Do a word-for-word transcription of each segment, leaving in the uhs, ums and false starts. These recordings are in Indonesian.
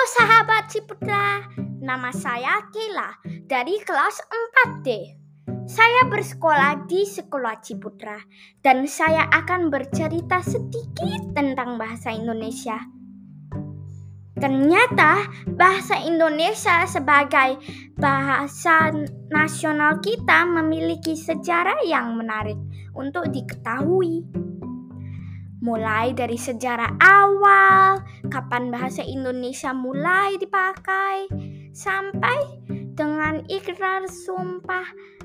sahabat Ciputra, nama saya Kela dari kelas empat D. Saya bersekolah di Sekolah Ciputra dan saya akan bercerita sedikit tentang bahasa Indonesia. Ternyata bahasa Indonesia sebagai bahasa nasional kita memiliki sejarah yang menarik untuk diketahui. Mulai dari sejarah awal, kapan bahasa Indonesia mulai dipakai, sampai dengan ikrar Sumpah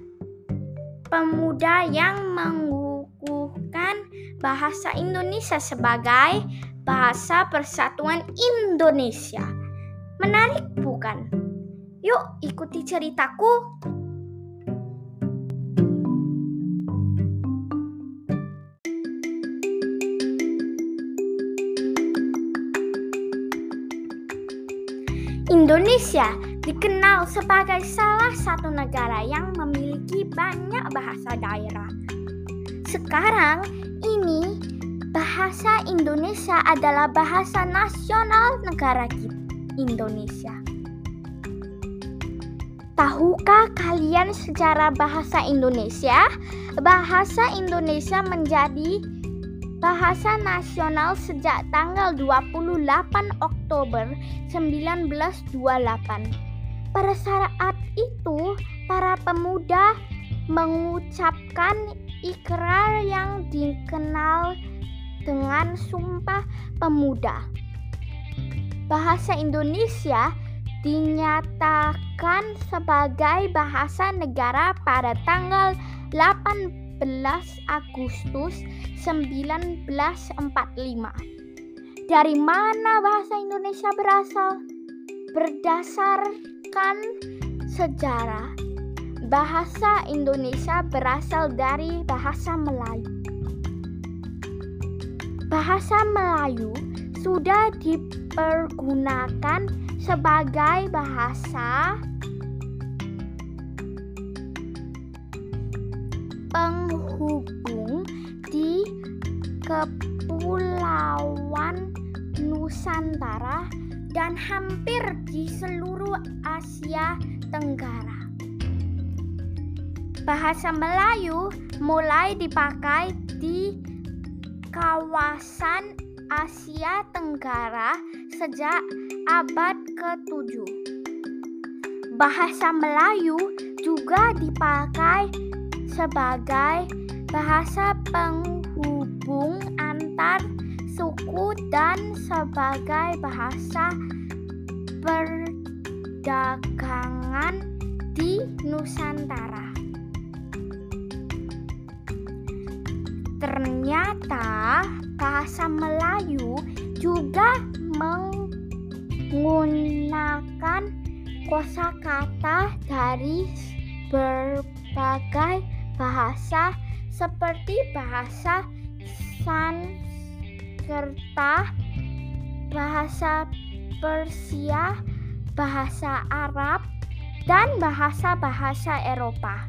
Pemuda yang mengukuhkan bahasa Indonesia sebagai bahasa persatuan Indonesia. Menarik bukan? Yuk ikuti ceritaku. Indonesia dikenal sebagai salah satu negara yang memiliki banyak bahasa daerah. Sekarang ini bahasa Indonesia adalah bahasa nasional negara kita, Indonesia. Tahukah kalian sejarah bahasa Indonesia? Bahasa Indonesia menjadi bahasa nasional sejak tanggal dua puluh delapan Oktober seribu sembilan ratus dua puluh delapan. Pada saat itu, para pemuda mengucapkan ikrar yang dikenal dengan Sumpah Pemuda. Bahasa Indonesia dinyatakan sebagai bahasa negara pada tanggal delapan belas Agustus seribu sembilan ratus empat puluh lima. Dari mana bahasa Indonesia berasal? Berdasarkan sejarah, bahasa Indonesia berasal dari bahasa Melayu. Bahasa Melayu sudah dipergunakan sebagai bahasa penghubung di Kepulauan Nusantara dan hampir di seluruh Asia Tenggara. Bahasa Melayu mulai dipakai di kawasan Asia Tenggara sejak abad ketujuh. Bahasa Melayu juga dipakai sebagai bahasa penghubung antar suku dan sebagai bahasa perdagangan di Nusantara. Ternyata bahasa Melayu juga menggunakan kosakata dari berbagai bahasa seperti bahasa Sanskerta, bahasa Persia, bahasa Arab, dan bahasa-bahasa Eropa.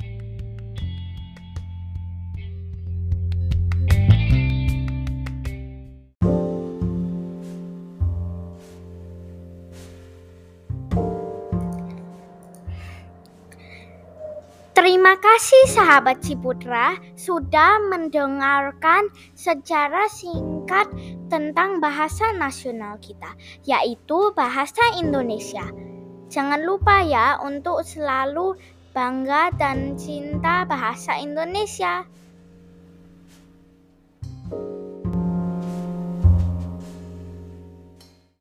Terima kasih sahabat Ciputra sudah mendengarkan sejarah singkat tentang bahasa nasional kita, yaitu bahasa Indonesia. Jangan lupa ya untuk selalu bangga dan cinta bahasa Indonesia.